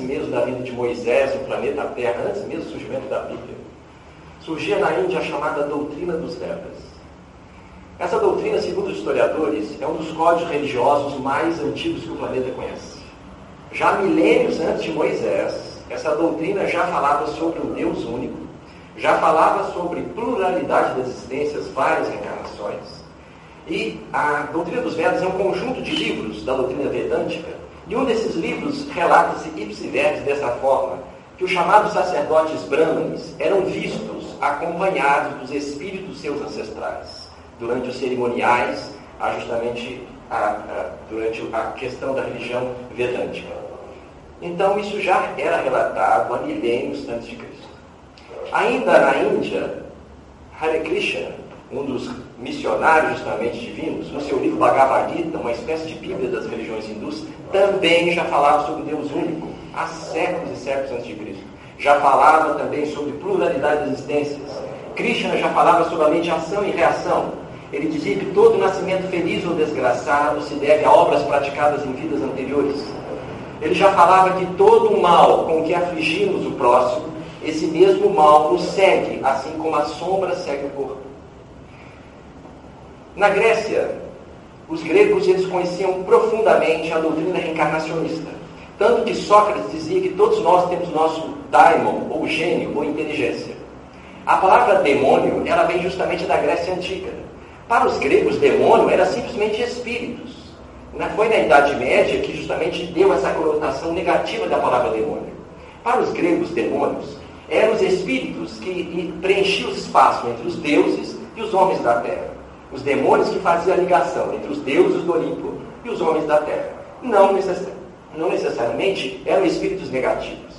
mesmo da vida de Moisés no planeta Terra, antes mesmo do surgimento da Bíblia, surgia na Índia a chamada doutrina dos Vedas. Essa doutrina, segundo os historiadores, é um dos códigos religiosos mais antigos que o planeta conhece. Já milênios antes de Moisés, essa doutrina já falava sobre um Deus único, já falava sobre pluralidade das existências, várias reencarnações. E a doutrina dos Vedas é um conjunto de livros da doutrina vedântica, e um desses livros relata-se ipsi verbis dessa forma, que os chamados sacerdotes brahmanes eram vistos acompanhados dos espíritos seus ancestrais, durante os cerimoniais, justamente durante a questão da religião vedântica. Então, isso já era relatado há milênios antes de Cristo. Ainda na Índia, Hare Krishna, um dos missionários justamente divinos, no seu livro Bhagavad Gita, uma espécie de Bíblia das religiões hindus, também já falava sobre Deus único, há séculos e séculos antes de Cristo. Já falava também sobre pluralidade das existências. Krishna já falava sobre a mediação e reação. Ele dizia que todo nascimento feliz ou desgraçado se deve a obras praticadas em vidas anteriores. Ele já falava que todo o mal com que afligimos o próximo, esse mesmo mal nos segue, assim como a sombra segue o corpo. Na Grécia, os gregos eles conheciam profundamente a doutrina reencarnacionista. Tanto que Sócrates dizia que todos nós temos nosso daimon, ou gênio, ou inteligência. A palavra demônio, ela vem justamente da Grécia Antiga. Para os gregos, demônio era simplesmente espíritos. Foi na Idade Média que justamente deu essa conotação negativa da palavra demônio. Para os gregos, demônios eram os espíritos que preenchiam o espaço entre os deuses e os homens da terra. Os demônios que faziam a ligação entre os deuses do Olimpo e os homens da terra. Não necessariamente eram espíritos negativos.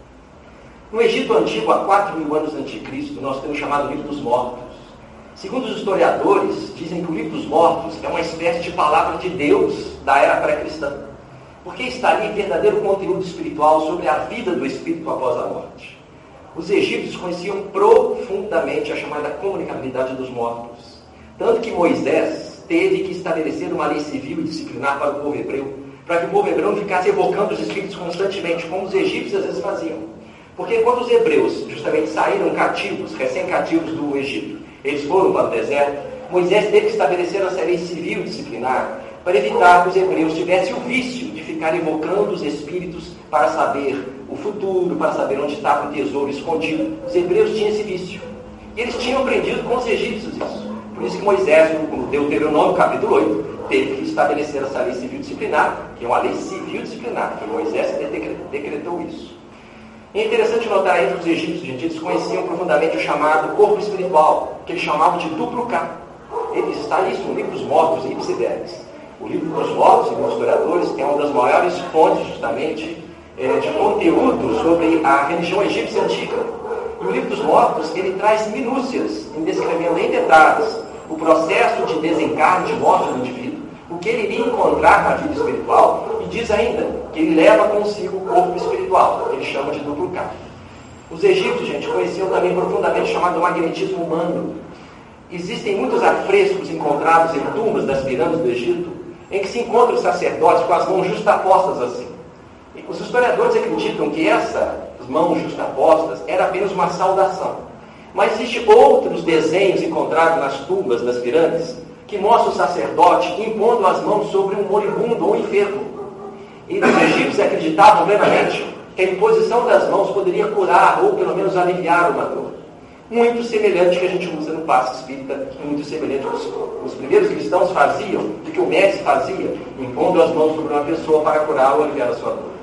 No Egito Antigo, há 4.000 anos antes de Cristo, nós temos o chamado Livro dos Mortos. Segundo os historiadores, dizem que o Livro dos Mortos é uma espécie de palavra de Deus da era pré-cristã, porque está ali verdadeiro conteúdo espiritual sobre a vida do espírito após a morte. Os egípcios conheciam profundamente a chamada comunicabilidade dos mortos, tanto que Moisés teve que estabelecer uma lei civil e disciplinar para o povo hebreu, para que o povo hebreu não ficasse evocando os espíritos constantemente, como os egípcios às vezes faziam. Porque quando os hebreus justamente saíram cativos, recém-cativos do Egito, eles foram para o deserto, Moisés teve que estabelecer essa lei civil disciplinar para evitar que os hebreus tivessem o vício de ficar evocando os espíritos para saber o futuro, para saber onde estava o tesouro escondido. Os hebreus tinham esse vício. E eles tinham aprendido com os egípcios isso. Por isso que Moisés, no Deuteronômio capítulo 8, teve que estabelecer essa lei civil disciplinar, que é uma lei civil disciplinar, que Moisés decretou isso. É interessante notar aí que os egípcios, gente, eles conheciam profundamente o chamado corpo espiritual, que eles chamavam de duplo K. Está isso no Livro dos Mortos, ipsi verbis. O Livro dos Mortos, segundo os historiadores, é uma das maiores fontes, justamente, de conteúdo sobre a religião egípcia antiga. E o Livro dos Mortos, ele traz minúcias, descrevendo em detalhes o processo de desencarne, de morte do indivíduo, o que ele iria encontrar na vida espiritual, e diz ainda que ele leva consigo o corpo espiritual, que ele chama de duplo K. Os egípcios, gente, conheciam também profundamente o chamado magnetismo humano. Existem muitos afrescos encontrados em tumbas das pirâmides do Egito, em que se encontram os sacerdotes com as mãos justapostas assim. E os historiadores acreditam que essas mãos justapostas era apenas uma saudação. Mas existem outros desenhos encontrados nas tumbas das pirâmides que mostram o sacerdote impondo as mãos sobre um moribundo ou um enfermo. E os egípcios acreditavam plenamente que a imposição das mãos poderia curar ou pelo menos aliviar uma dor. Muito semelhante que a gente usa no passe espírita, muito semelhante que os primeiros cristãos faziam, e que o mestre fazia, impondo as mãos sobre uma pessoa para curar ou aliviar a sua dor.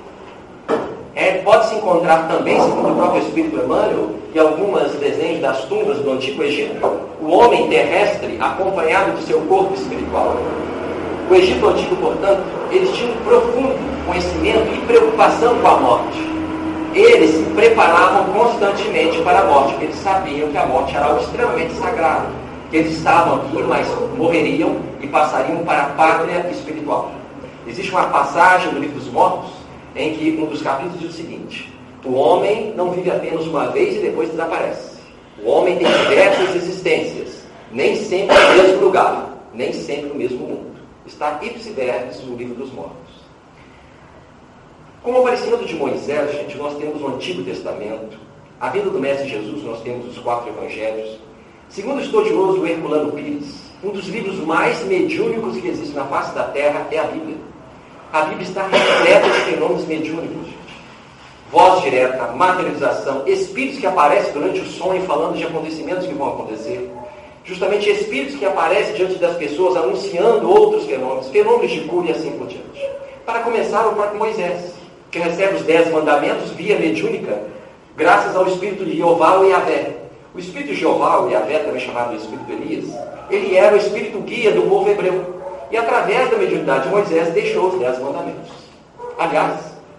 Pode-se encontrar também, segundo o próprio Espírito Emmanuel, em alguns desenhos das tumbas do Antigo Egito, o homem terrestre acompanhado do seu corpo espiritual. O Egito Antigo, portanto, eles tinham um profundo conhecimento e preocupação com a morte. Eles se preparavam constantemente para a morte, porque eles sabiam que a morte era algo extremamente sagrado, que eles estavam aqui, mas morreriam e passariam para a pátria espiritual. Existe uma passagem no Livro dos Mortos em que um dos capítulos diz o seguinte: o homem não vive apenas uma vez e depois desaparece. O homem tem diversas existências, nem sempre no mesmo lugar, nem sempre no mesmo mundo. Está ipsi verbis no Livro dos Mortos. Como aparecimento de Moisés, gente, nós temos o Antigo Testamento. A vida do Mestre Jesus, nós temos os 4 Evangelhos. Segundo o estudioso Herculano Pires, um dos livros mais mediúnicos que existe na face da Terra é a Bíblia. A Bíblia está repleta de fenômenos mediúnicos, gente. Voz direta, materialização, espíritos que aparecem durante o sonho falando de acontecimentos que vão acontecer. Justamente espíritos que aparecem diante das pessoas anunciando outros fenômenos, fenômenos de cura e assim por diante. Para começar, o próprio Moisés, que recebe os 10 mandamentos via mediúnica, graças ao espírito de Jeová ou Yahvé. O espírito de Jeová, ou Yahvé, também chamado de espírito Elias, ele era o espírito guia do povo hebreu. E através da mediunidade de Moisés, deixou os 10 mandamentos. Aliás,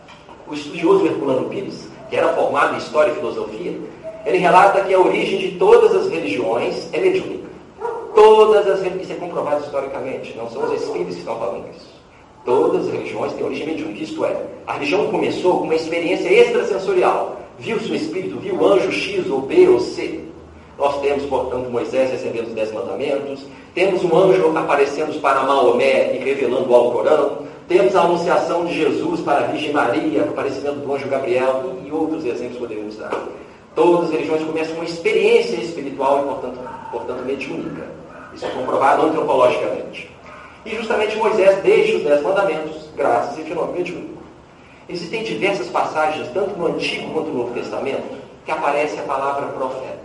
o estudioso Herculano Pires, que era formado em História e Filosofia, ele relata que a origem de todas as religiões é mediúnica. Todas as religiões, isso é comprovado historicamente, não são os espíritos que estão falando isso. Todas as religiões têm origem mediúnica, isto é, a religião começou com uma experiência extrasensorial. Viu seu espírito, viu o anjo X ou B ou C. Nós temos, portanto, Moisés recebendo os 10 mandamentos, temos um anjo aparecendo para Maomé e revelando o Alcorão, temos a anunciação de Jesus para a Virgem Maria, o aparecimento do anjo Gabriel e outros exemplos poderíamos dar. Todas as religiões começam com uma experiência espiritual e, portanto, mediúnica. Isso é comprovado antropologicamente. E justamente Moisés deixa os 10 mandamentos graças a esse fenômeno mediúnico. Existem diversas passagens, tanto no Antigo quanto no Novo Testamento, que aparece a palavra profeta.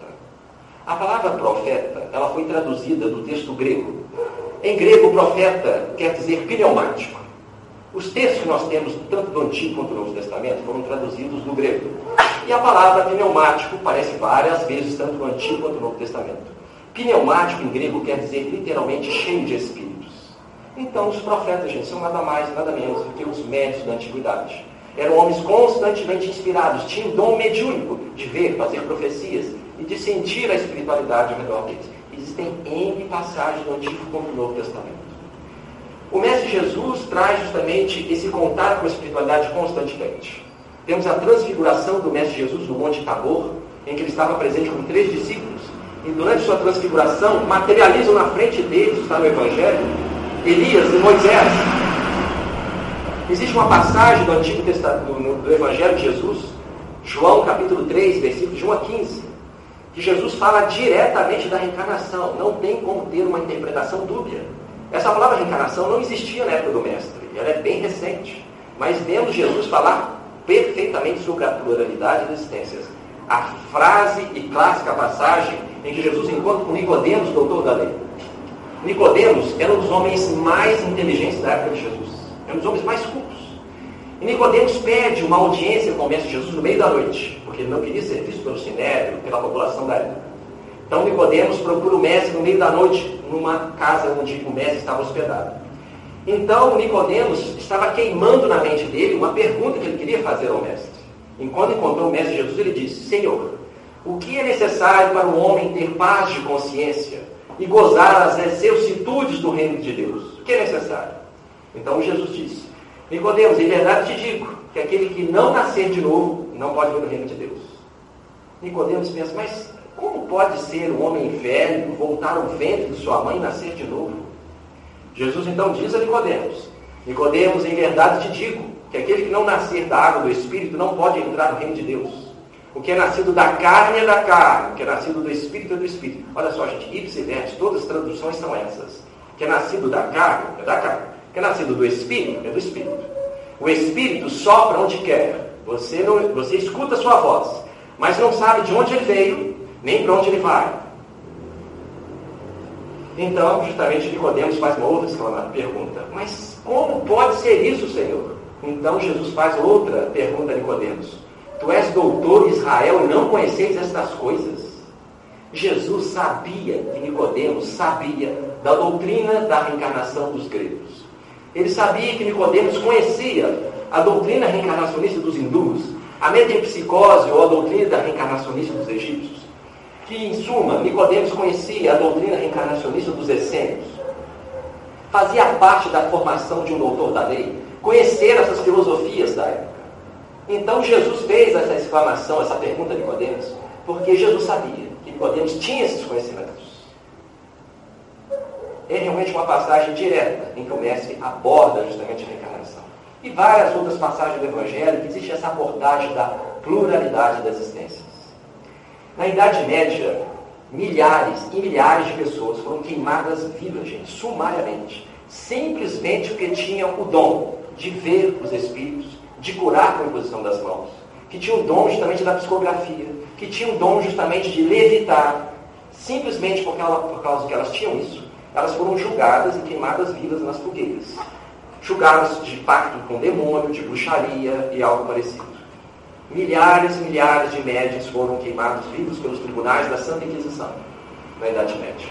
A palavra profeta, ela foi traduzida do texto grego. Em grego, profeta quer dizer pneumático. Os textos que nós temos, tanto do Antigo quanto do Novo Testamento, foram traduzidos do grego. E a palavra pneumático aparece várias vezes, tanto no Antigo quanto no Novo Testamento. Pneumático em grego quer dizer literalmente cheio de espíritos. Então, os profetas, gente, são nada mais, nada menos do que os médios da antiguidade. Eram homens constantemente inspirados, tinham dom mediúnico de ver, fazer profecias e de sentir a espiritualidade ao redor deles. Existem N passagens do Antigo como do Novo Testamento. O Mestre Jesus traz justamente esse contato com a espiritualidade constantemente. Temos a transfiguração do Mestre Jesus no Monte Tabor, em que ele estava presente com 3 discípulos, e durante sua transfiguração materializam na frente deles, está no Evangelho, Elias e Moisés. Existe uma passagem do Antigo Testamento, do Evangelho de Jesus, João capítulo 3, versículos de 1 a 15, que Jesus fala diretamente da reencarnação. Não tem como ter uma interpretação dúbia. Essa palavra reencarnação não existia na época do Mestre, ela é bem recente. Mas vemos Jesus falar perfeitamente sobre a pluralidade das existências. A frase e clássica passagem em que Jesus encontra com Nicodemos, doutor da lei. Nicodemos era um dos homens mais inteligentes da época de Jesus. Era um dos homens mais cultos. E Nicodemos pede uma audiência com o Mestre Jesus no meio da noite, porque ele não queria ser visto pelo sinédrio, pela população da época. Então Nicodemos procura o Mestre no meio da noite, numa casa onde o Mestre estava hospedado. Então Nicodemos estava queimando na mente dele uma pergunta que ele queria fazer ao Mestre. E quando encontrou o Mestre Jesus, ele disse: Senhor, o que é necessário para o homem ter paz de consciência e gozar as excelsitudes do reino de Deus? O que é necessário? Então Jesus disse: Nicodemos, em verdade te digo que aquele que não nascer de novo não pode ver o reino de Deus. Nicodemos pensa: mas como pode ser um homem velho voltar ao ventre de sua mãe e nascer de novo? Jesus então diz a Nicodemos: Nicodemos, em verdade te digo que aquele que não nascer da água do Espírito não pode entrar no reino de Deus. O que é nascido da carne é da carne, o que é nascido do Espírito é do Espírito. Olha só, gente, ipse verbis, todas as traduções são essas. O que é nascido da carne é da carne, o que é nascido do Espírito é do Espírito. O Espírito sopra onde quer. Você escuta a sua voz, mas não sabe de onde ele veio, nem para onde ele vai. Então, justamente, Nicodemos faz uma outra pergunta: mas como pode ser isso, Senhor? Então Jesus faz outra pergunta a Nicodemos: tu és doutor em Israel e não conheceis estas coisas? Jesus sabia que Nicodemos sabia da doutrina da reencarnação dos gregos. Ele sabia que Nicodemos conhecia a doutrina reencarnacionista dos hindus, a metempsicose ou a doutrina da reencarnacionista dos egípcios. Que, em suma, Nicodemos conhecia a doutrina reencarnacionista dos essênios. Fazia parte da formação de um doutor da lei conhecer essas filosofias da época. Então Jesus fez essa exclamação, essa pergunta a Nicodemos, porque Jesus sabia que Nicodemos tinha esses conhecimentos. É realmente uma passagem direta em que o Mestre aborda justamente a reencarnação. e várias outras passagens do Evangelho que existe essa abordagem da pluralidade das existências. Na Idade Média, milhares e milhares de pessoas foram queimadas vivas, gente, sumariamente, simplesmente porque tinham o dom de ver os espíritos, de curar com a imposição das mãos, que tinham o dom justamente da psicografia, que tinham o dom justamente de levitar, simplesmente por causa que elas tinham isso, elas foram julgadas e queimadas vivas nas fogueiras. Julgadas de pacto com o demônio, de bruxaria e algo parecido. Milhares e milhares de médiuns foram queimados vivos pelos tribunais da Santa Inquisição, na Idade Média.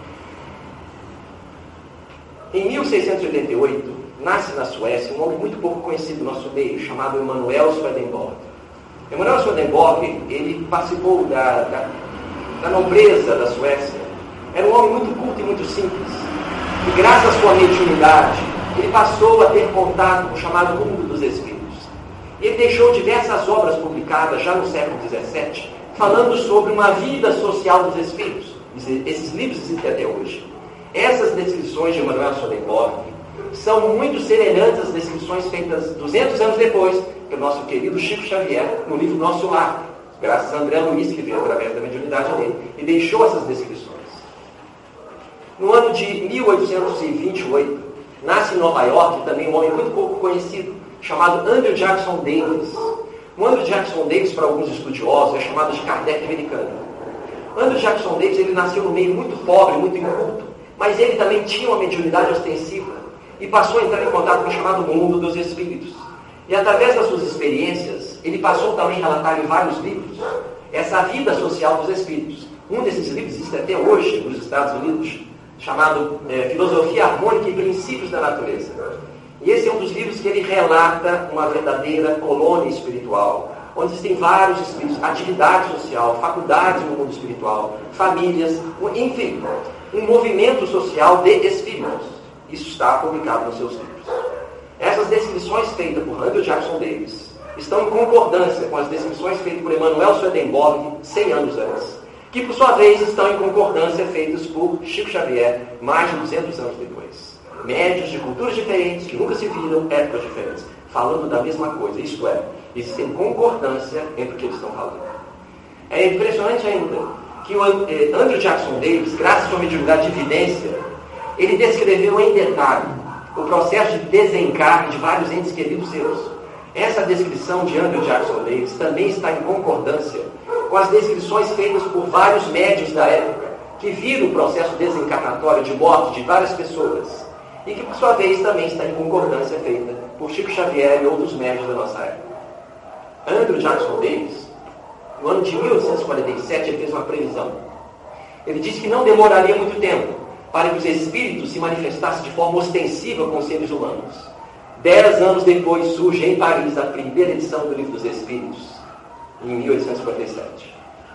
Em 1688, nasce na Suécia um homem muito pouco conhecido no nosso meio, chamado Emanuel Swedenborg. Emanuel Swedenborg, ele participou da nobreza da Suécia. Era um homem muito culto e muito simples. E graças à sua mediunidade, ele passou a ter contato com o chamado mundo dos espíritos. E ele deixou diversas obras publicadas, já no século XVII, falando sobre uma vida social dos espíritos. Esses livros existem até hoje. Essas descrições de Emanuel Swedenborg são muito semelhantes às descrições feitas 200 anos depois pelo nosso querido Chico Xavier, no livro Nosso Lar, graças a André Luiz, que veio através da mediunidade dele, e deixou essas descrições. No ano de 1828, nasce em Nova York também um homem muito pouco conhecido, chamado Andrew Jackson Davis. O Andrew Jackson Davis, para alguns estudiosos, é chamado de Kardec americano. Andrew Jackson Davis, ele nasceu num meio muito pobre, muito inculto, mas ele também tinha uma mediunidade ostensiva e passou a entrar em contato com o chamado mundo dos espíritos. E através das suas experiências, ele passou também a relatar em vários livros essa vida social dos espíritos. Um desses livros existe até hoje nos Estados Unidos, chamado Filosofia Harmônica e Princípios da Natureza. E esse é um dos livros que ele relata uma verdadeira colônia espiritual, onde existem vários espíritos, atividade social, faculdades no mundo espiritual, famílias, enfim, um movimento social de espíritos. Isso está publicado nos seus livros. Essas descrições feitas por Andrew Jackson Davis estão em concordância com as descrições feitas por Emanuel Swedenborg 100 anos antes, que por sua vez estão em concordância feitas por Chico Xavier mais de 200 anos depois. Médios de culturas diferentes, que nunca se viram, épocas diferentes, falando da mesma coisa, isto é, existe concordância entre o que eles estão falando. É impressionante ainda que o Andrew Jackson Davis, graças à sua mediunidade de evidência, ele descreveu em detalhe o processo de desencarne de vários entes queridos seus. Essa descrição de Andrew Jackson Davis também está em concordância com as descrições feitas por vários médiuns da época, que viram o processo desencarnatório de morte de várias pessoas, e que, por sua vez, também está em concordância feita por Chico Xavier e outros médiuns da nossa época. Andrew Jackson Davis, no ano de 1847, ele fez uma previsão. Ele disse que não demoraria muito tempo para que os espíritos se manifestassem de forma ostensiva com os seres humanos. 10 anos depois surge em Paris a primeira edição do Livro dos Espíritos, em 1857.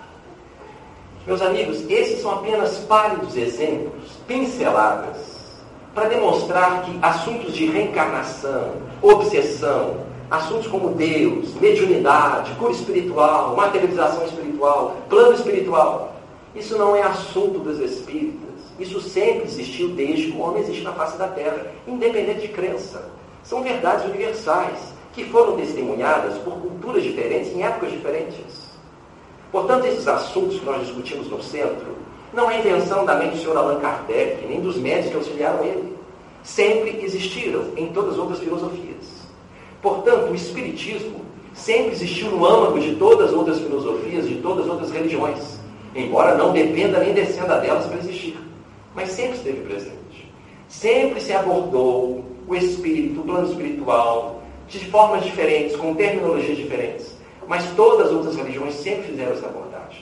Meus amigos, esses são apenas pálidos exemplos, pinceladas, para demonstrar que assuntos de reencarnação, obsessão, assuntos como Deus, mediunidade, cura espiritual, materialização espiritual, plano espiritual, isso não é assunto dos espíritas. Isso sempre existiu desde que o homem existe na face da Terra, independente de crença. São verdades universais, que foram testemunhadas por culturas diferentes, em épocas diferentes. Portanto, esses assuntos que nós discutimos no centro, não é invenção da mente do Sr. Allan Kardec, nem dos médicos que auxiliaram ele. Sempre existiram em todas as outras filosofias. Portanto, o Espiritismo sempre existiu no âmago de todas as outras filosofias, de todas as outras religiões, embora não dependa nem descenda delas para existir. Mas sempre esteve presente. Sempre se abordou o espírito, o plano espiritual, de formas diferentes, com terminologias diferentes. Mas todas as outras religiões sempre fizeram essa abordagem.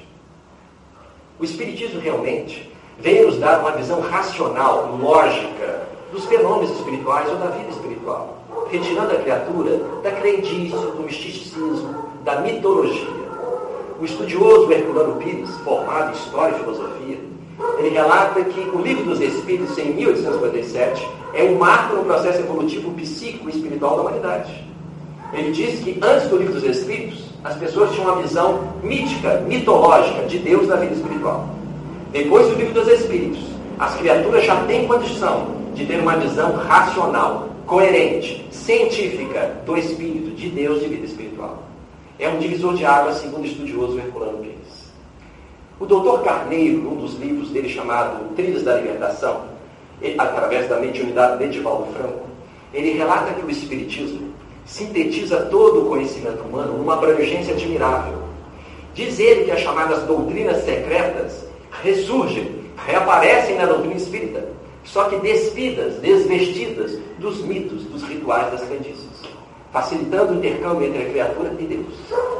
O Espiritismo realmente veio nos dar uma visão racional, lógica, dos fenômenos espirituais ou da vida espiritual, retirando a criatura da crendice, do misticismo, da mitologia. O estudioso Herculano Pires, formado em História e Filosofia, ele relata que o Livro dos Espíritos, em 1857, é um marco no processo evolutivo psíquico e espiritual da humanidade. Ele diz que antes do Livro dos Espíritos, as pessoas tinham uma visão mítica, mitológica de Deus na vida espiritual. Depois do Livro dos Espíritos, as criaturas já têm condição de ter uma visão racional, coerente, científica do Espírito, de Deus, de vida espiritual. É um divisor de águas, segundo o estudioso Herculano Pires. O Dr. Carneiro, num dos livros dele chamado Trilhas da Libertação, através da mediunidade de Divaldo Franco, ele relata que o Espiritismo sintetiza todo o conhecimento humano numa abrangência admirável. Diz ele que as chamadas doutrinas secretas ressurgem, reaparecem na doutrina espírita, só que despidas, desvestidas dos mitos, dos rituais, das crendices, facilitando o intercâmbio entre a criatura e Deus.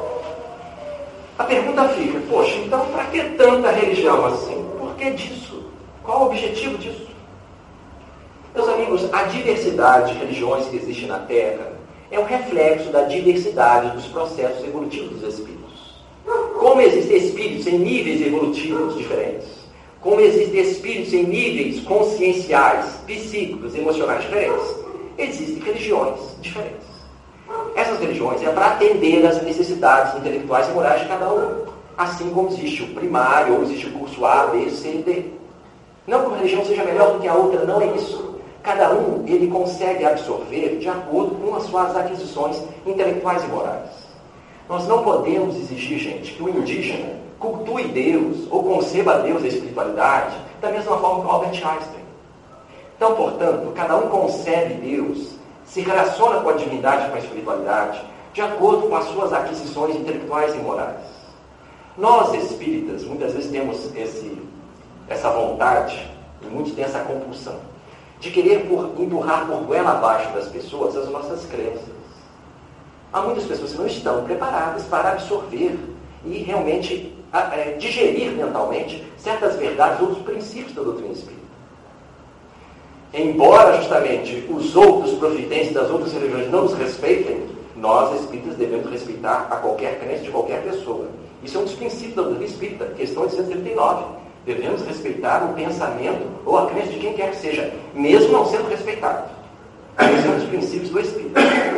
A pergunta fica, poxa, então para que tanta religião assim? Por que disso? Qual o objetivo disso? Meus amigos, a diversidade de religiões que existe na Terra é um reflexo da diversidade dos processos evolutivos dos espíritos. Como existem espíritos em níveis evolutivos diferentes, como existem espíritos em níveis conscienciais, psíquicos, emocionais diferentes, existem religiões diferentes. Essas religiões é para atender às necessidades intelectuais e morais de cada um, assim como existe o primário, ou existe o curso A, B, C e D. Não que uma religião seja melhor do que a outra, não é isso. Cada um, ele consegue absorver de acordo com as suas aquisições intelectuais e morais. Nós não podemos exigir, gente, que o indígena cultue Deus ou conceba Deus a espiritualidade da mesma forma que o Albert Einstein. Então, portanto, cada um concebe Deus, se relaciona com a divindade, com a espiritualidade, de acordo com as suas aquisições intelectuais e morais. Nós, espíritas, muitas vezes temos essa vontade, e muitos têm essa compulsão, de querer empurrar por goela abaixo das pessoas as nossas crenças. Há muitas pessoas que não estão preparadas para absorver e realmente digerir mentalmente certas verdades ou os princípios da doutrina espírita. Embora justamente os outros profitentes das outras religiões não nos respeitem, nós espíritas devemos respeitar a qualquer crença de qualquer pessoa. Isso é um dos princípios da doutrina espírita, questão 839. Devemos respeitar o pensamento ou a crença de quem quer que seja, mesmo não sendo respeitado. Esse é um dos princípios do Espírito.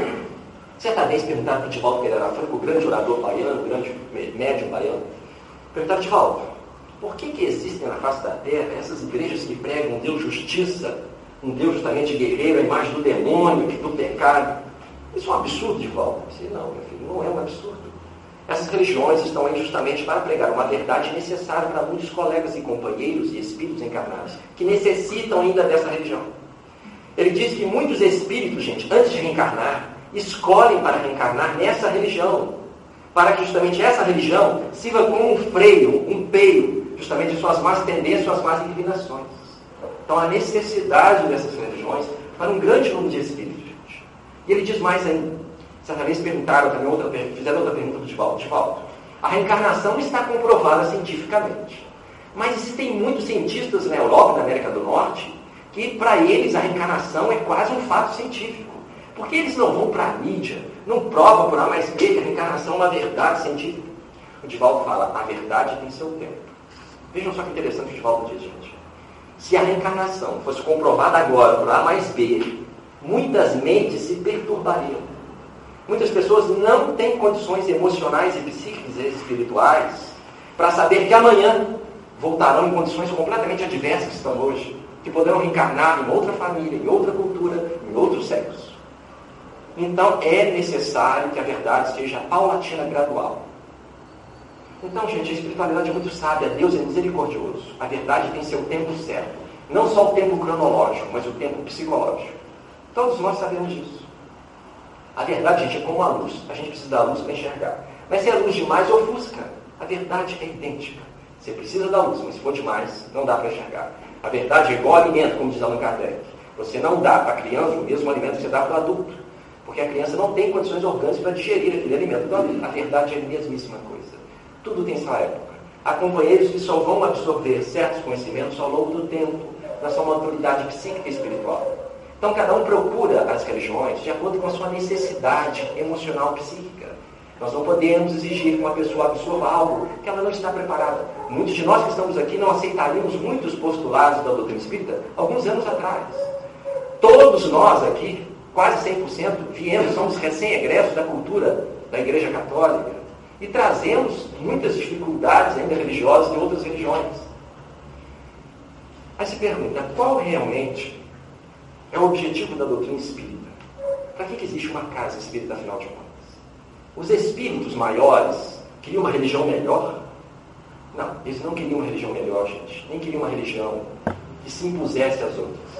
Certa vez perguntaram para o Divaldo Pereira Franco, o grande orador baiano, o grande médium baiano, perguntaram, Divaldo, por que existem na face da Terra essas igrejas que pregam um Deus justiça, um Deus justamente guerreiro, a imagem do demônio, do pecado? Isso é um absurdo, Divaldo. Eu disse, não, meu filho, não é um absurdo. Essas religiões estão aí justamente para pregar uma verdade necessária para muitos colegas e companheiros e espíritos encarnados que necessitam ainda dessa religião. Ele diz que muitos espíritos, gente, antes de reencarnar, escolhem para reencarnar nessa religião, para que justamente essa religião sirva como um freio, um peio, justamente de suas más tendências, suas más inclinações. Então, a necessidade dessas religiões para um grande número de espíritos, gente. E ele diz mais ainda. Certa vez perguntaram também, fizeram outra pergunta para o Divaldo. Divaldo, a reencarnação está comprovada cientificamente. Mas existem muitos cientistas na Europa e na América do Norte que, para eles, a reencarnação é quase um fato científico. Porque eles não vão para a mídia, não provam por A mais B que a reencarnação é uma verdade científica. O Divaldo fala, a verdade tem seu tempo. Vejam só que interessante o que o Divaldo diz, gente. Se a reencarnação fosse comprovada agora por A mais B, muitas mentes se perturbariam. Muitas pessoas não têm condições emocionais e psíquicas e espirituais para saber que amanhã voltarão em condições completamente adversas que estão hoje, que poderão reencarnar em outra família, em outra cultura, em outro sexo. Então, é necessário que a verdade seja paulatina, gradual. Então, gente, a espiritualidade é muito sábia, Deus é misericordioso. A verdade tem seu tempo certo. Não só o tempo cronológico, mas o tempo psicológico. Todos nós sabemos disso. A verdade, gente, é como a luz. A gente precisa da luz para enxergar. Mas se a luz demais ofusca, a verdade é idêntica. Você precisa da luz, mas se for demais, não dá para enxergar. A verdade é igual ao alimento, como diz Allan Kardec. Você não dá para a criança o mesmo alimento que você dá para o adulto. Porque a criança não tem condições orgânicas para digerir aquele alimento do adulto. A verdade é a mesmíssima coisa. Tudo tem sua época. Há companheiros que só vão absorver certos conhecimentos ao longo do tempo, na sua maturidade psíquica e espiritual. Então, cada um procura as religiões de acordo com a sua necessidade emocional psíquica. Nós não podemos exigir que uma pessoa absorva algo que ela não está preparada. Muitos de nós que estamos aqui não aceitaríamos muitos postulados da doutrina espírita alguns anos atrás. Todos nós aqui, quase 100%, somos recém-egressos da cultura da Igreja Católica e trazemos muitas dificuldades ainda religiosas de outras religiões. Aí se pergunta, qual realmente é o objetivo da doutrina espírita. Para que existe uma casa espírita, afinal de contas? Os espíritos maiores queriam uma religião melhor? Não, eles não queriam uma religião melhor, gente. Nem queriam uma religião que se impusesse às outras.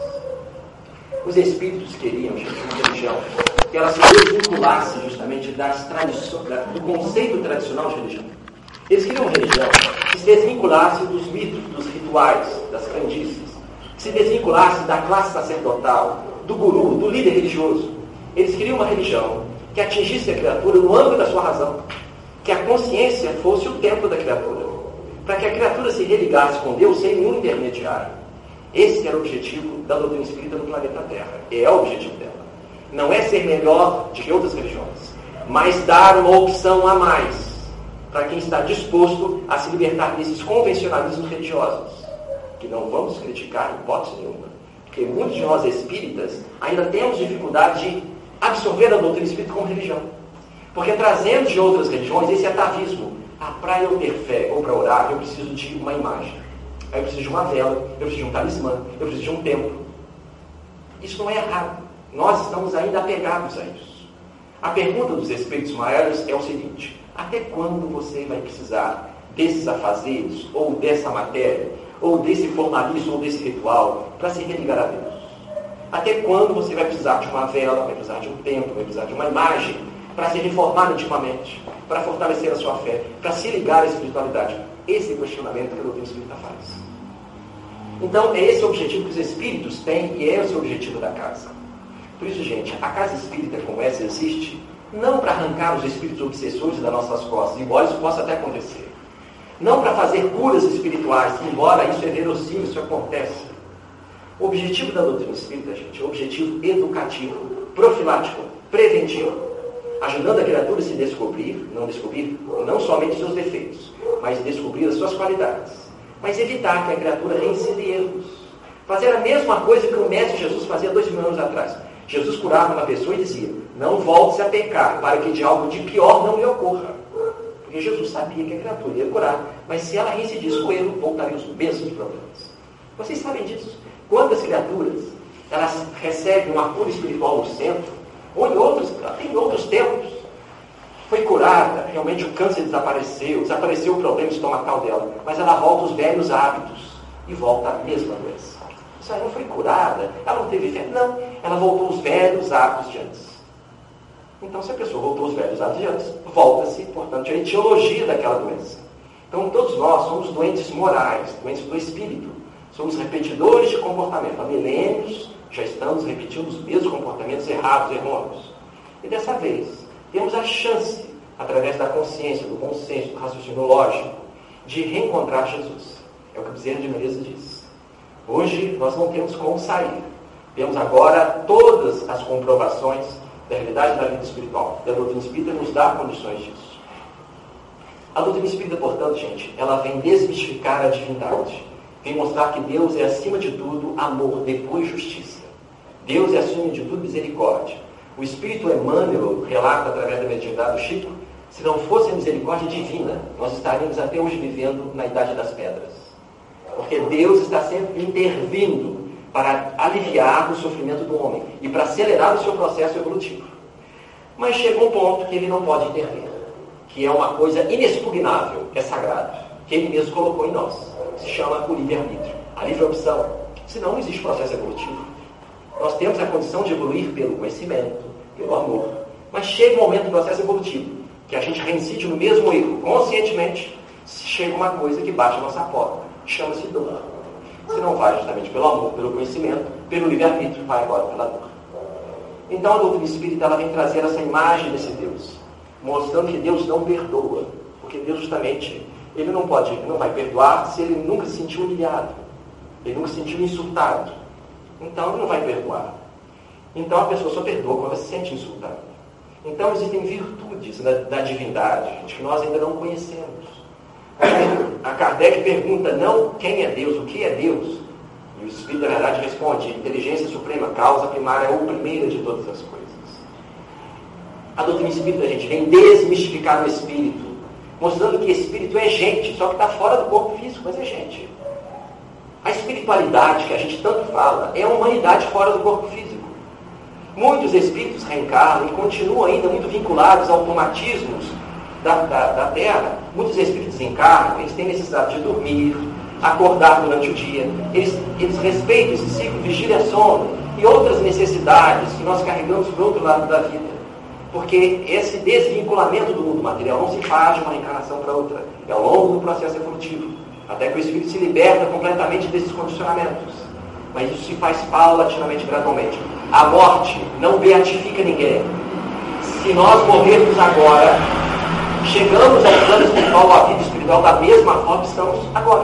Os espíritos queriam, gente, uma religião que ela se desvinculasse justamente das tradições, do conceito tradicional de religião. Eles queriam uma religião que se desvinculasse dos mitos, dos rituais, das crendices, que se desvinculasse da classe sacerdotal, do guru, do líder religioso. Eles queriam uma religião que atingisse a criatura no âmbito da sua razão, que a consciência fosse o templo da criatura, para que a criatura se religasse com Deus sem nenhum intermediário. Esse era o objetivo da doutrina espírita no planeta Terra. É o objetivo dela. Não é ser melhor do que outras religiões, mas dar uma opção a mais para quem está disposto a se libertar desses convencionalismos religiosos, que não vamos criticar em hipótese nenhuma, porque muitos de nós espíritas ainda temos dificuldade de absorver a doutrina espírita como religião, porque trazemos de outras religiões esse atavismo. Para eu ter fé ou para orar, eu preciso de uma imagem. Aí eu preciso de uma vela, eu preciso de um talismã, eu preciso de um templo. Isso não é errado. Nós estamos ainda apegados a isso. A pergunta dos espíritos maiores é o seguinte: até quando você vai precisar desses afazeres, ou dessa matéria, ou desse formalismo, ou desse ritual, para se religar a Deus? Até quando você vai precisar de uma vela, vai precisar de um templo, vai precisar de uma imagem, para se reformar intimamente, para fortalecer a sua fé, para se ligar à espiritualidade? Esse é o questionamento que a doutrina espírita faz. Então, é esse o objetivo que os espíritos têm e é esse o objetivo da casa. Por isso, gente, a casa espírita como essa existe não para arrancar os espíritos obsessores das nossas costas, embora isso possa até acontecer. Não para fazer curas espirituais, embora isso é verossímil, isso acontece. O objetivo da doutrina espírita, gente, é o objetivo educativo, profilático, preventivo, ajudando a criatura a se descobrir não somente seus defeitos, mas descobrir as suas qualidades, mas evitar que a criatura reincide erros. Fazer a mesma coisa que o Mestre Jesus fazia 2000 anos atrás. Jesus curava uma pessoa e dizia: não volte-se a pecar, para que de algo de pior não lhe ocorra. Porque Jesus sabia que a criatura ia curar, mas se ela reincidisse o erro, voltariam os mesmos problemas. Vocês sabem disso? Quando as criaturas elas recebem uma cura espiritual no centro, ou em outros tempos, foi curada, realmente o câncer desapareceu o problema estomacal dela, mas ela volta aos velhos hábitos e volta à mesma doença. Isso aí não foi curada, ela não teve fé, não, ela voltou aos velhos hábitos de antes. Então, se a pessoa voltou aos velhos hábitos de antes, volta-se, portanto, a etiologia daquela doença. Então, todos nós somos doentes morais, doentes do espírito, somos repetidores de comportamento. Há milênios já estamos repetindo os mesmos comportamentos errados, errôneos. E dessa vez, temos a chance, através da consciência, do bom senso, do raciocínio lógico, de reencontrar Jesus. É o que o Bezerra de Menezes diz. Hoje, nós não temos como sair. Temos agora todas as comprovações da realidade da vida espiritual. E a doutrina espírita nos dá condições disso. A doutrina espírita, portanto, gente, ela vem desmistificar a divindade. Vem mostrar que Deus é, acima de tudo, amor, depois justiça. Deus é, acima de tudo, misericórdia. O Espírito Emmanuel relata, através da mediunidade do Chico, se não fosse a misericórdia divina, nós estaríamos até hoje vivendo na Idade das Pedras. Porque Deus está sempre intervindo para aliviar o sofrimento do homem e para acelerar o seu processo evolutivo. Mas chega um ponto que ele não pode intervir, que é uma coisa inexpugnável, é sagrado, que ele mesmo colocou em nós. Se chama o livre-arbítrio, a livre opção. Senão não existe processo evolutivo. Nós temos a condição de evoluir pelo conhecimento, pelo amor. Mas chega um momento do processo evolutivo que a gente reincide no mesmo erro, conscientemente, chega uma coisa que bate a nossa porta, chama-se dor. Se não vai justamente pelo amor, pelo conhecimento, pelo livre-arbítrio, vai agora pela dor. Então a doutrina espírita ela vem trazer essa imagem desse Deus, mostrando que Deus não perdoa, porque Deus justamente, ele não vai perdoar se ele nunca se sentiu humilhado, ele nunca se sentiu insultado. Então ele não vai perdoar. Então a pessoa só perdoa quando ela se sente insultada. Então existem virtudes da divindade, gente, que nós ainda não conhecemos. A Kardec pergunta não quem é Deus, o que é Deus. E o Espírito, na verdade, responde: inteligência suprema, causa primária ou primeira de todas as coisas. A doutrina espírita, gente, vem desmistificar o Espírito, mostrando que Espírito é gente, só que está fora do corpo físico, mas é gente. espiritualidade que a gente tanto fala é a humanidade fora do corpo físico. Muitos espíritos reencarnam e continuam ainda muito vinculados a automatismos da Terra. Muitos espíritos encarnam, eles têm necessidade de dormir, acordar durante o dia, eles respeitam esse ciclo vigília sono e outras necessidades que nós carregamos para o outro lado da vida. Porque esse desvinculamento do mundo material não se faz de uma reencarnação para outra, é ao longo do processo evolutivo, até que o espírito se liberta completamente desses condicionamentos. Mas isso se faz paulatinamente, gradualmente. A morte não beatifica ninguém. Se nós morrermos agora, chegamos ao plano espiritual, à vida espiritual, da mesma forma que estamos agora.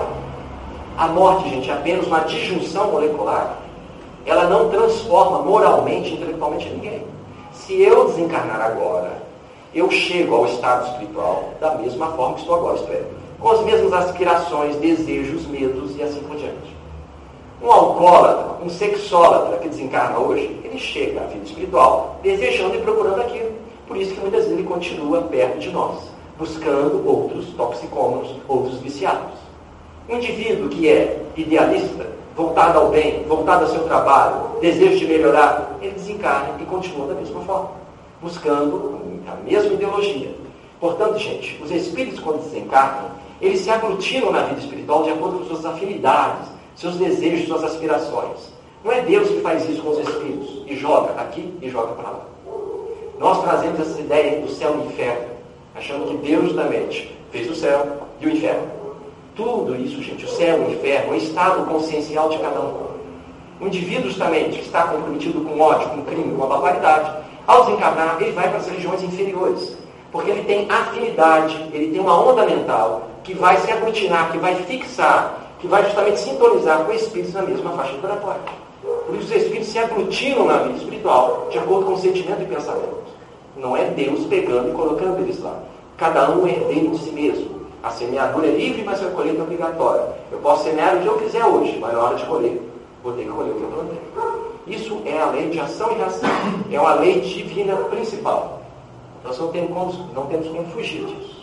A morte, gente, é apenas uma disjunção molecular. Ela não transforma moralmente, intelectualmente ninguém. Se eu desencarnar agora, eu chego ao estado espiritual da mesma forma que estou agora, isto é, com as mesmas aspirações, desejos, medos e assim por diante. Um alcoólatra, um sexólatra que desencarna hoje, ele chega à vida espiritual desejando e procurando aquilo. Por isso que muitas vezes ele continua perto de nós, buscando outros toxicômanos, outros viciados. Um indivíduo que é idealista, voltado ao bem, voltado ao seu trabalho, desejo de melhorar, ele desencarna e continua da mesma forma, buscando a mesma ideologia. Portanto, gente, os espíritos, quando desencarnam, eles se aglutinam na vida espiritual de acordo com suas afinidades, seus desejos, suas aspirações. Não é Deus que faz isso com os espíritos e joga aqui e joga para lá. Nós trazemos essa ideia do céu e inferno, achando que Deus justamente fez o céu e o inferno. Tudo isso, gente, o céu e o inferno, é o estado consciencial de cada um. O indivíduo, justamente, que está comprometido com ódio, com crime, com a barbaridade, ao desencarnar, ele vai para as regiões inferiores, porque ele tem afinidade, ele tem uma onda mental que vai se aglutinar, que vai fixar, que vai justamente sintonizar com espíritos na mesma faixa vibratória. Por isso os espíritos se aglutinam na vida espiritual de acordo com o sentimento e pensamento. Não é Deus pegando e colocando eles lá. Cada um é herdeiro de si mesmo. A semeadura é livre, mas a colheita é obrigatória. Eu posso semear o que eu quiser hoje, mas na hora de colher, vou ter que colher o que eu plantei. Isso é a lei de ação e reação. É uma lei divina principal. Nós não temos como fugir disso.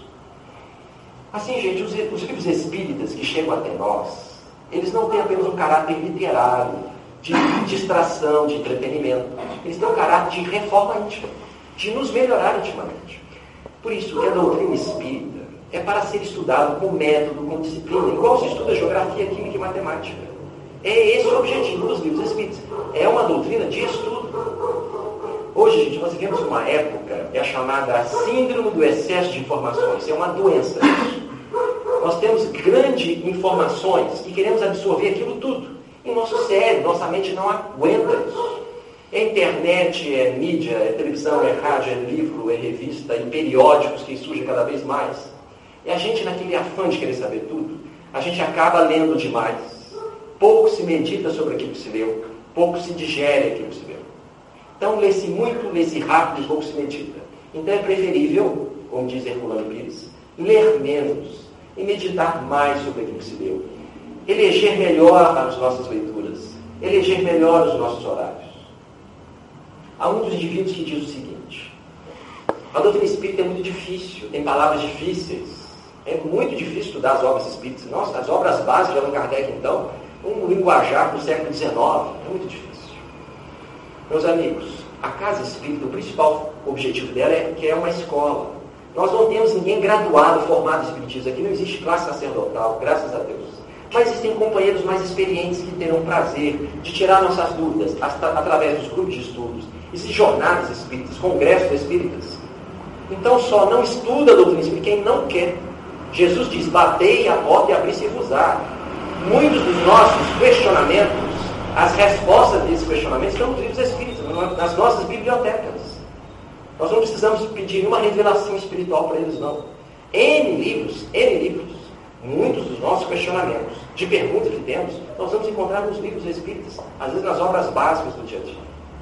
Assim, gente, os livros espíritas que chegam até nós, eles não têm apenas um caráter literário, de distração, de entretenimento. Eles têm um caráter de reforma íntima, de nos melhorar intimamente. Por isso que a doutrina espírita é para ser estudado com método, com disciplina, igual se estuda geografia, química e matemática. É esse o objetivo dos livros espíritas. É uma doutrina de estudo. Hoje, gente, nós vivemos uma época, é a chamada síndrome do excesso de informações. É uma doença isso. Nós temos grandes informações e queremos absorver aquilo tudo. E nosso cérebro, nossa mente não aguenta isso. É internet, é mídia, é televisão, é rádio, é livro, é revista, e periódicos que surgem cada vez mais. E a gente, naquele afã de querer saber tudo, a gente acaba lendo demais. Pouco se medita sobre aquilo que se leu, pouco se digere aquilo que se leu. Então, lê-se muito, lê-se rápido e pouco se medita. Então, é preferível, como diz Herculano Pires, ler menos e meditar mais sobre aquilo que se leu. Eleger melhor as nossas leituras, eleger melhor os nossos horários. Há um dos indivíduos que diz o seguinte: a doutrina espírita é muito difícil, tem palavras difíceis. É muito difícil estudar as obras espíritas. Nossa, as obras básicas de Allan Kardec, então, um linguajar do século XIX, é muito difícil. Meus amigos, a casa espírita, o principal objetivo dela é que é uma escola. Nós não temos ninguém graduado, formado em espiritismo. Aqui não existe classe sacerdotal, graças a Deus. Mas existem companheiros mais experientes que terão prazer de tirar nossas dúvidas através dos grupos de estudos, esses jornadas espíritas, congressos espíritas. Então só não estuda a doutrina espírita quem não quer. Jesus diz: batei a porta e abri-se-vos-á. Muitos dos nossos questionamentos, as respostas desses questionamentos estão nos livros espíritas, nas nossas bibliotecas. Nós não precisamos pedir uma revelação espiritual para eles, não. N livros, muitos dos nossos questionamentos, de perguntas que temos, nós vamos encontrar nos livros espíritas, às vezes nas obras básicas do dia a dia.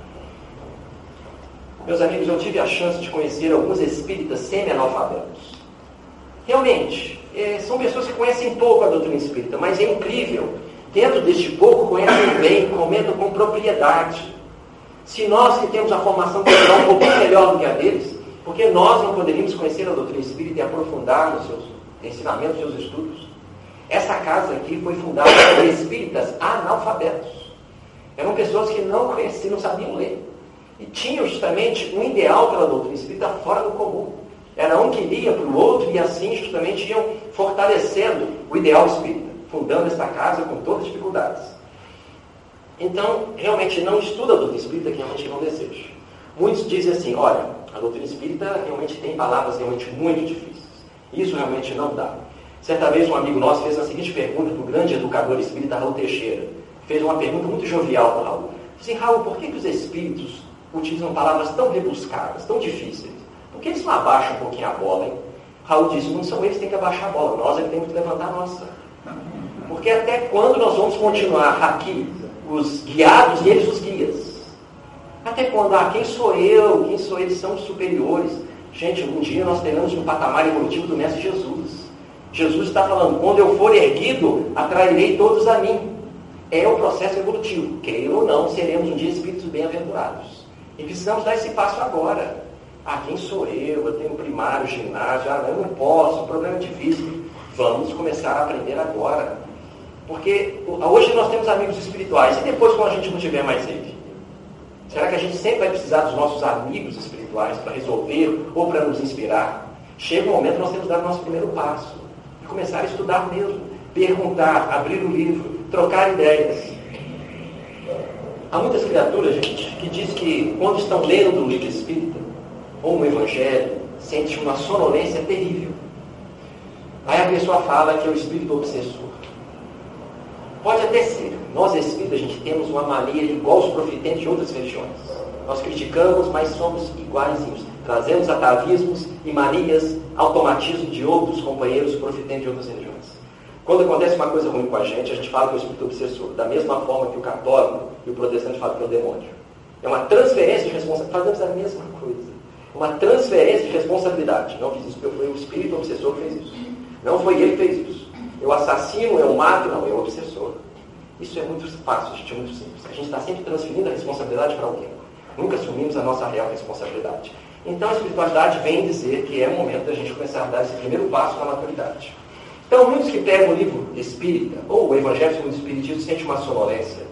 Meus amigos, eu tive a chance de conhecer alguns espíritas semi-analfabetos. Realmente, são pessoas que conhecem pouco a doutrina espírita, mas é incrível. Dentro deste pouco, conhecem bem, comentam com propriedade. Se nós que temos a formação cultural um pouquinho melhor do que a deles, porque nós não poderíamos conhecer a doutrina espírita e aprofundar nos seus ensinamentos, nos seus estudos? Essa casa aqui foi fundada por espíritas analfabetos. Eram pessoas que não conheciam, não sabiam ler. E tinham justamente um ideal pela doutrina espírita fora do comum. Era um que lia para o outro e assim justamente iam fortalecendo o ideal espírita, fundando esta casa com todas as dificuldades. Então, realmente não estuda a doutrina espírita quem realmente não deseja. Muitos dizem assim, olha, a doutrina espírita realmente tem palavras realmente muito difíceis. Isso realmente não dá. Certa vez um amigo nosso fez a seguinte pergunta para o grande educador espírita Raul Teixeira. Fez uma pergunta muito jovial para Raul. Disse assim, Raul, por que os espíritos utilizam palavras tão rebuscadas, tão difíceis? Por que eles não abaixam um pouquinho a bola, hein? Raul disse, não são eles que têm que abaixar a bola, nós é que temos que levantar a nossa. Porque até quando nós vamos continuar aqui, os guiados e eles os guias? Até quando? Quem sou eu? Quem sou eles? São os superiores. Gente, um dia nós teremos um patamar evolutivo do Mestre Jesus. Jesus está falando, quando eu for erguido, atrairei todos a mim. É o processo evolutivo. Queira ou não, seremos um dia espíritos bem-aventurados. E precisamos dar esse passo agora. Quem sou eu? Eu tenho primário, ginásio, eu não posso, o problema é difícil. Vamos começar a aprender agora. Porque hoje nós temos amigos espirituais, e depois quando a gente não tiver mais ele? Será que a gente sempre vai precisar dos nossos amigos espirituais para resolver ou para nos inspirar? Chega um momento que nós temos que dar o nosso primeiro passo e começar a estudar mesmo, perguntar, abrir o livro, trocar ideias. Há muitas criaturas, gente, que dizem que quando estão lendo um livro espírita ou um evangelho, sentem uma sonolência terrível. Aí a pessoa fala que é o espírito obsessor. Pode até ser. Nós espíritas, a gente temos uma mania igual os profitentes de outras religiões. Nós criticamos, mas somos iguaizinhos. Trazemos atavismos e manias, automatismo de outros companheiros profitentes de outras religiões. Quando acontece uma coisa ruim com a gente fala que é o espírito obsessor. Da mesma forma que o católico e o protestante falam que é o demônio. É uma transferência de responsabilidade. Fazemos a mesma coisa. Uma transferência de responsabilidade. Não fiz isso, foi o espírito obsessor que fez isso. Não foi ele que fez isso. Eu assassino, eu mato, não, eu obsessor. Isso é muito fácil, gente, é muito simples. A gente está sempre transferindo a responsabilidade para alguém. Nunca assumimos a nossa real responsabilidade. Então a espiritualidade vem dizer que é o momento da gente começar a dar esse primeiro passo na maturidade. Então muitos que pegam o livro espírita, ou o Evangelho segundo o Espiritismo, sentem uma sonolência.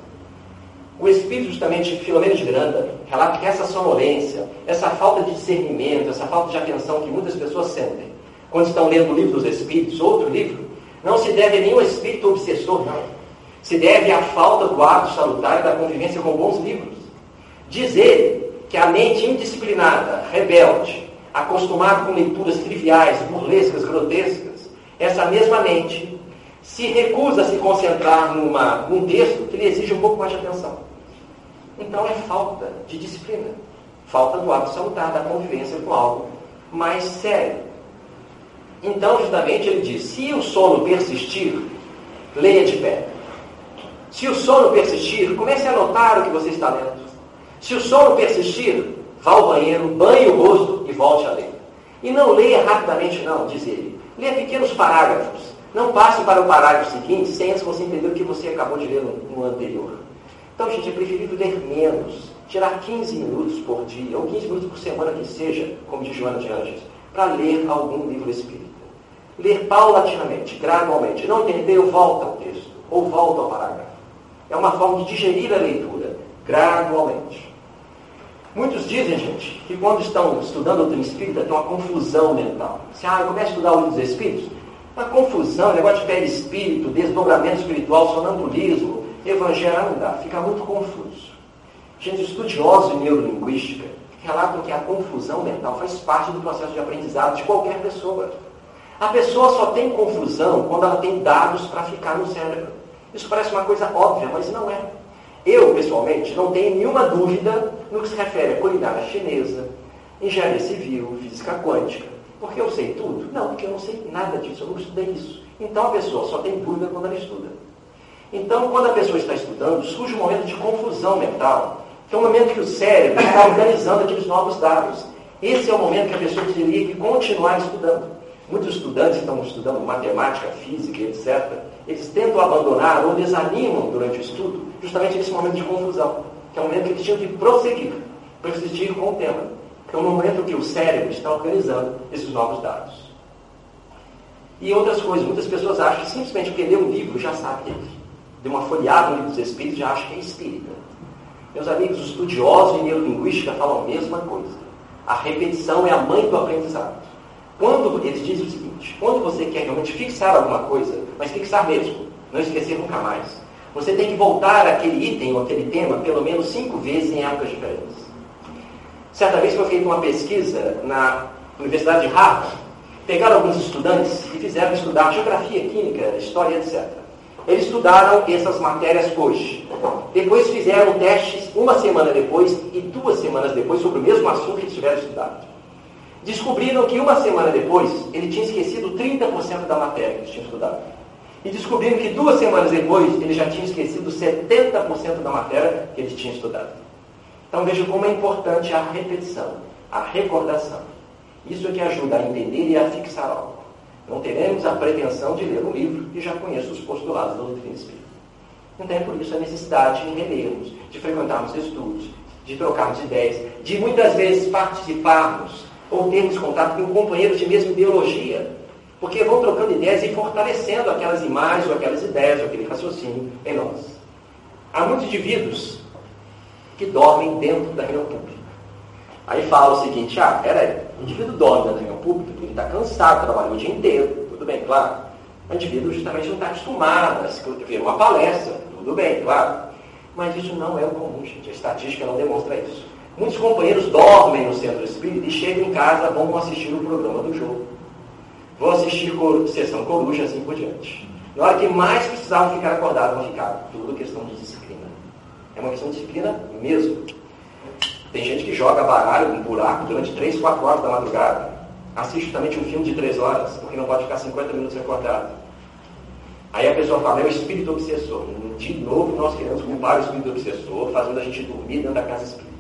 O Espírito, justamente, Filomeno de Miranda, relata que essa sonolência, essa falta de discernimento, essa falta de atenção que muitas pessoas sentem quando estão lendo o livro dos Espíritos, outro livro, não se deve a nenhum espírito obsessor, não. Se deve à falta do hábito salutar e da convivência com bons livros. Diz ele que a mente indisciplinada, rebelde, acostumada com leituras triviais, burlescas, grotescas, essa mesma mente se recusa a se concentrar num texto que lhe exige um pouco mais de atenção. Então é falta de disciplina, falta do hábito salutar, da convivência com algo mais sério. Então, justamente, ele diz, se o sono persistir, leia de pé. Se o sono persistir, comece a anotar o que você está lendo. Se o sono persistir, vá ao banheiro, banhe o rosto e volte a ler. E não leia rapidamente, não, diz ele. Leia pequenos parágrafos. Não passe para o parágrafo seguinte sem antes você entender o que você acabou de ler no anterior. Então, gente, é preferível ler menos. Tirar 15 minutos por dia, ou 15 minutos por semana que seja, como diz Joana de Anjos, para ler algum livro espírita. Ler paulatinamente, gradualmente. Não entendeu, volta ao texto, ou volta ao parágrafo. É uma forma de digerir a leitura, gradualmente. Muitos dizem, gente, que quando estão estudando a doutrina espírita, tem uma confusão mental. Se eu começo a estudar o livro dos Espíritos, uma confusão, negócio de perispírito, desdobramento espiritual, sonambulismo, evangelho, não dá, fica muito confuso. Gente, estudiosos de neurolinguística relatam que a confusão mental faz parte do processo de aprendizado de qualquer pessoa. A pessoa só tem confusão quando ela tem dados para ficar no cérebro. Isso parece uma coisa óbvia, mas não é. Eu, pessoalmente, não tenho nenhuma dúvida no que se refere a culinária chinesa, engenharia civil, física quântica. Porque eu sei tudo? Não, porque eu não sei nada disso, eu nunca estudei isso. Então a pessoa só tem dúvida quando ela estuda. Então, quando a pessoa está estudando, surge um momento de confusão mental, que é o momento que o cérebro está organizando aqueles novos dados. Esse é o momento que a pessoa teria que continuar estudando. Muitos estudantes que estão estudando matemática, física, etc., eles tentam abandonar ou desanimam durante o estudo justamente nesse momento de confusão, que é o momento que eles tinham que prosseguir com o tema, que é o momento que o cérebro está organizando esses novos dados. E outras coisas, muitas pessoas acham que simplesmente porque lê um livro já sabe dele. de uma folheada no Livro dos Espíritos, já acha que é espírita. Meus amigos, os estudiosos de neurolinguística falam a mesma coisa. A repetição é a mãe do aprendizado. Quando eles dizem o seguinte, quando você quer realmente fixar alguma coisa, mas fixar mesmo, não esquecer nunca mais, você tem que voltar àquele item ou aquele tema pelo menos 5 vezes em épocas diferentes. Certa vez eu fiz uma pesquisa na Universidade de Harvard, pegaram alguns estudantes e fizeram estudar geografia, química, história, etc. Eles estudaram essas matérias hoje. Depois fizeram testes 1 semana depois e 2 semanas depois sobre o mesmo assunto que eles tiveram estudado. Descobriram que 1 semana depois ele tinha esquecido 30% da matéria que eles tinham estudado. E descobriram que 2 semanas depois ele já tinha esquecido 70% da matéria que eles tinham estudado. Então vejam como é importante a repetição, a recordação. Isso é que ajuda a entender e a fixar algo. Não teremos a pretensão de ler um livro que já conheça os postulados da doutrina espírita. Então é por isso a necessidade de relermos, de frequentarmos estudos, de trocarmos ideias, de muitas vezes participarmos ou termos contato com companheiros de mesma ideologia, porque vão trocando ideias e fortalecendo aquelas imagens ou aquelas ideias ou aquele raciocínio em nós. Há muitos indivíduos que dormem dentro da reunião pública. Aí fala o seguinte, peraí, o indivíduo dorme na reunião pública, ele está cansado, trabalhou o dia inteiro, tudo bem, claro. O indivíduo justamente não está acostumado a ver uma palestra, tudo bem, claro. Mas isso não é o comum, gente, a estatística não demonstra isso. Muitos companheiros dormem no centro espírita e chegam em casa, vão assistir o programa do jogo. Vão assistir sessão coruja, assim por diante. Na hora que mais precisavam ficar acordados, vão ficar. Tudo questão de disciplina. É uma questão de disciplina mesmo. Tem gente que joga baralho com buraco durante 3, 4 horas da madrugada. Assiste justamente um filme de 3 horas, porque não pode ficar 50 minutos acordado. Aí a pessoa fala, é o espírito obsessor. De novo, nós queremos culpar o espírito obsessor, fazendo a gente dormir dentro da casa espírita.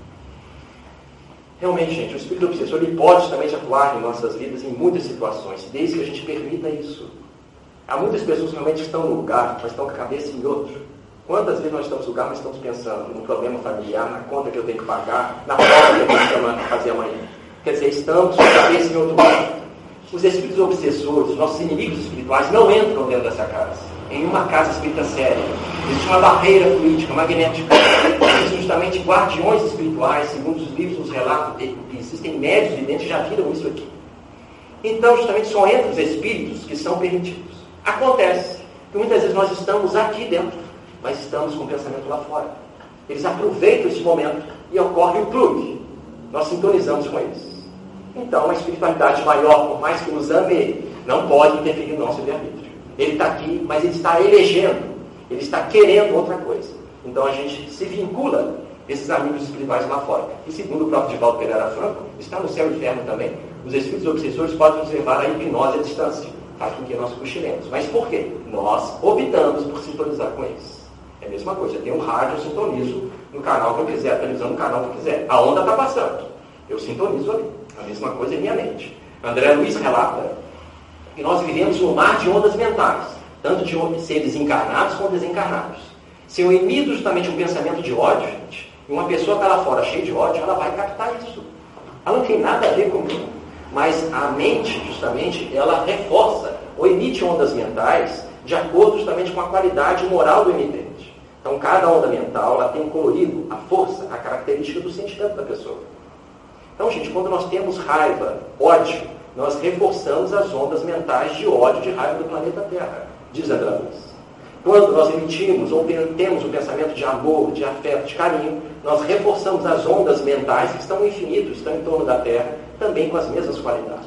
Realmente, gente, o espírito obsessor ele pode justamente atuar em nossas vidas em muitas situações, desde que a gente permita isso. Há muitas pessoas que realmente estão no lugar, mas estão com a cabeça em outro. Quantas vezes nós estamos no lugar, mas estamos pensando no problema familiar, na conta que eu tenho que pagar, na prova que eu tenho que fazer amanhã. Quer dizer, estamos com a cabeça em outro lugar. Os espíritos obsessores, nossos inimigos espirituais, não entram dentro dessa casa. Em uma casa espírita séria. Existe uma barreira política, magnética. Existem justamente guardiões espirituais, segundo os livros, os relatos, existem médios videntes que já viram isso aqui. Então, justamente, só entram os espíritos que são permitidos. Acontece que muitas vezes nós estamos aqui dentro, mas estamos com o pensamento lá fora. Eles aproveitam esse momento e ocorre o plug. Nós sintonizamos com eles. Então, a espiritualidade maior, por mais que nos ame, não pode interferir no nosso livre-arbítrio. Ele está aqui, mas ele está elegendo, ele está querendo outra coisa. Então, a gente se vincula esses amigos espirituais lá fora. E segundo o próprio Divaldo Pereira Franco, está no céu e inferno também. Os espíritos obsessores podem nos levar à hipnose à distância, faz com que nós cochilemos. Mas por quê? Nós optamos por sintonizar com eles. É a mesma coisa, eu tenho um rádio, eu sintonizo no canal que eu quiser, a televisão no canal que eu quiser. A onda está passando, eu sintonizo ali. A mesma coisa em minha mente. André Luiz relata que nós vivemos num mar de ondas mentais, tanto de seres encarnados como desencarnados. Se eu emito justamente um pensamento de ódio, gente, e uma pessoa está lá fora cheia de ódio, ela vai captar isso. Ela não tem nada a ver comigo. Mas a mente, justamente, ela reforça ou emite ondas mentais de acordo justamente com a qualidade moral do emitente. Então, cada onda mental ela tem um colorido, a força, a característica do sentimento da pessoa. Então, gente, quando nós temos raiva, ódio, nós reforçamos as ondas mentais de ódio, de raiva do planeta Terra, diz André Luiz. Quando nós emitimos ou temos um pensamento de amor, de afeto, de carinho, nós reforçamos as ondas mentais que estão no infinito, estão em torno da Terra, também com as mesmas qualidades.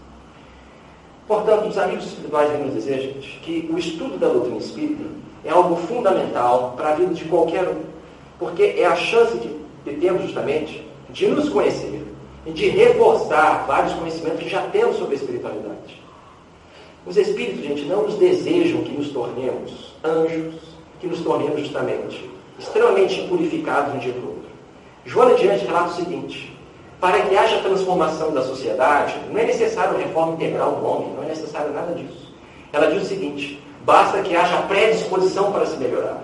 Portanto, os amigos espirituais vêm nos dizer, gente, que o estudo da doutrina espírita é algo fundamental para a vida de qualquer um, porque é a chance que temos justamente de nos conhecer e de reforçar vários conhecimentos que já temos sobre a espiritualidade. Os espíritos, gente, não nos desejam que nos tornemos anjos, que nos tornemos justamente extremamente purificados de um dia para o outro. Joana de Anjos relata o seguinte: para que haja transformação da sociedade, não é necessário reforma integral do homem, não é necessário nada disso. Ela diz o seguinte: basta que haja predisposição para se melhorar.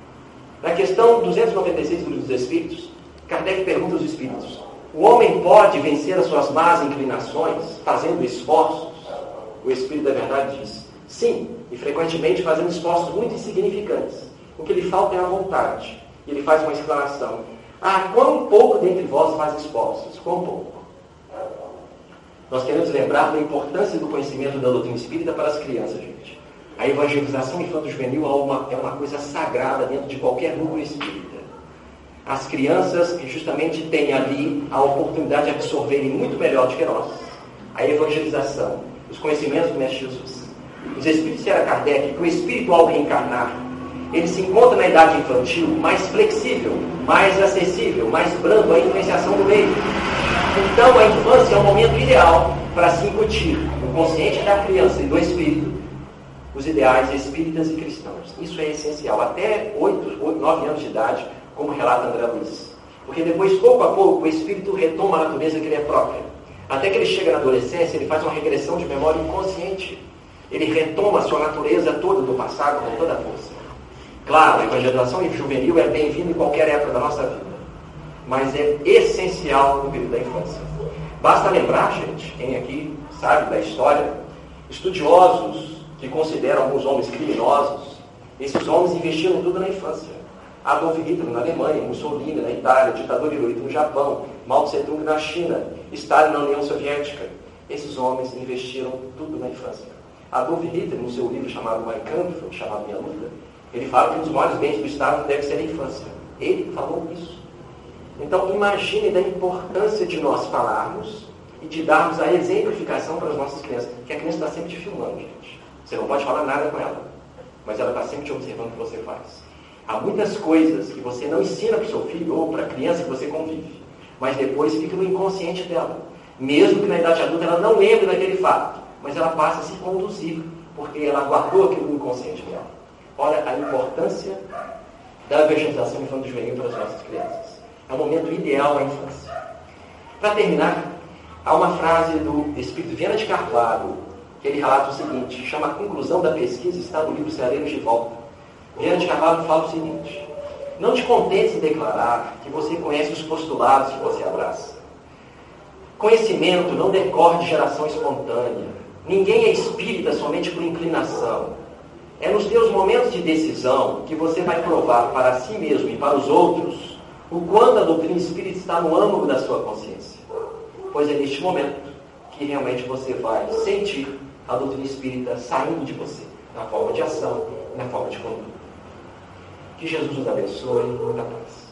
Na questão 296 do Livro dos Espíritos, Kardec pergunta aos espíritos: o homem pode vencer as suas más inclinações fazendo esforços? O Espírito da Verdade diz: sim, e frequentemente fazendo esforços muito insignificantes. O que lhe falta é a vontade. E ele faz uma exclamação. Ah, quão pouco dentre vós faz esforços. Quão pouco. Nós queremos lembrar da importância do conhecimento da doutrina espírita para as crianças, gente. A evangelização infanto-juvenil é uma coisa sagrada dentro de qualquer núcleo espírita. As crianças justamente têm ali a oportunidade de absorverem muito melhor do que nós a evangelização, os conhecimentos do Mestre Jesus. Os espíritos de Allan Kardec, que o espírito ao reencarnar, ele se encontra na idade infantil mais flexível, mais acessível, mais brando à influenciação do meio. Então a infância é o momento ideal para se incutir no consciente da criança e do espírito os ideais espíritas e cristãos. Isso é essencial, até 8, 9 anos de idade, como relata André Luiz. Porque depois, pouco a pouco, o espírito retoma a natureza que lhe é própria. Até que ele chega na adolescência, ele faz uma regressão de memória inconsciente. Ele retoma a sua natureza toda do passado com toda a força. Claro, a evangelização juvenil é bem-vinda em qualquer época da nossa vida. Mas é essencial no período da infância. Basta lembrar, gente, quem aqui sabe da história, estudiosos que consideram alguns homens criminosos, esses homens investiram tudo na infância. Adolf Hitler na Alemanha, Mussolini na Itália, ditador Hirohito no Japão, Mao Tse-tung na China, Stalin na União Soviética. Esses homens investiram tudo na infância. Adolf Hitler, no seu livro chamado Mein Kampf, chamado Minha Luta, ele fala que um dos maiores bens do Estado deve ser a infância. Ele falou isso. Então, imagine da importância de nós falarmos e de darmos a exemplificação para as nossas crianças, que a criança está sempre te filmando, gente. Você não pode falar nada com ela, mas ela está sempre te observando o que você faz. Há muitas coisas que você não ensina para o seu filho ou para a criança que você convive, mas depois fica no inconsciente dela. Mesmo que na idade adulta ela não lembre daquele fato, mas ela passa a se conduzir, porque ela guardou aquilo no inconsciente dela. Olha a importância da evangelização infanto-juvenil para as nossas crianças. É o momento ideal a infância. Para terminar, há uma frase do Espírito Viana de Carvalho, que ele relata o seguinte, chama a conclusão da pesquisa, está no livro Ceareiros de Volta. Viana de Carvalho fala o seguinte: não te contentes em declarar que você conhece os postulados que você abraça. Conhecimento não decorre de geração espontânea. Ninguém é espírita somente por inclinação. É nos teus momentos de decisão que você vai provar para si mesmo e para os outros o quanto a doutrina espírita está no âmago da sua consciência. Pois é neste momento que realmente você vai sentir a doutrina espírita saindo de você, na forma de ação e na forma de conduta. Que Jesus nos abençoe. Muita paz.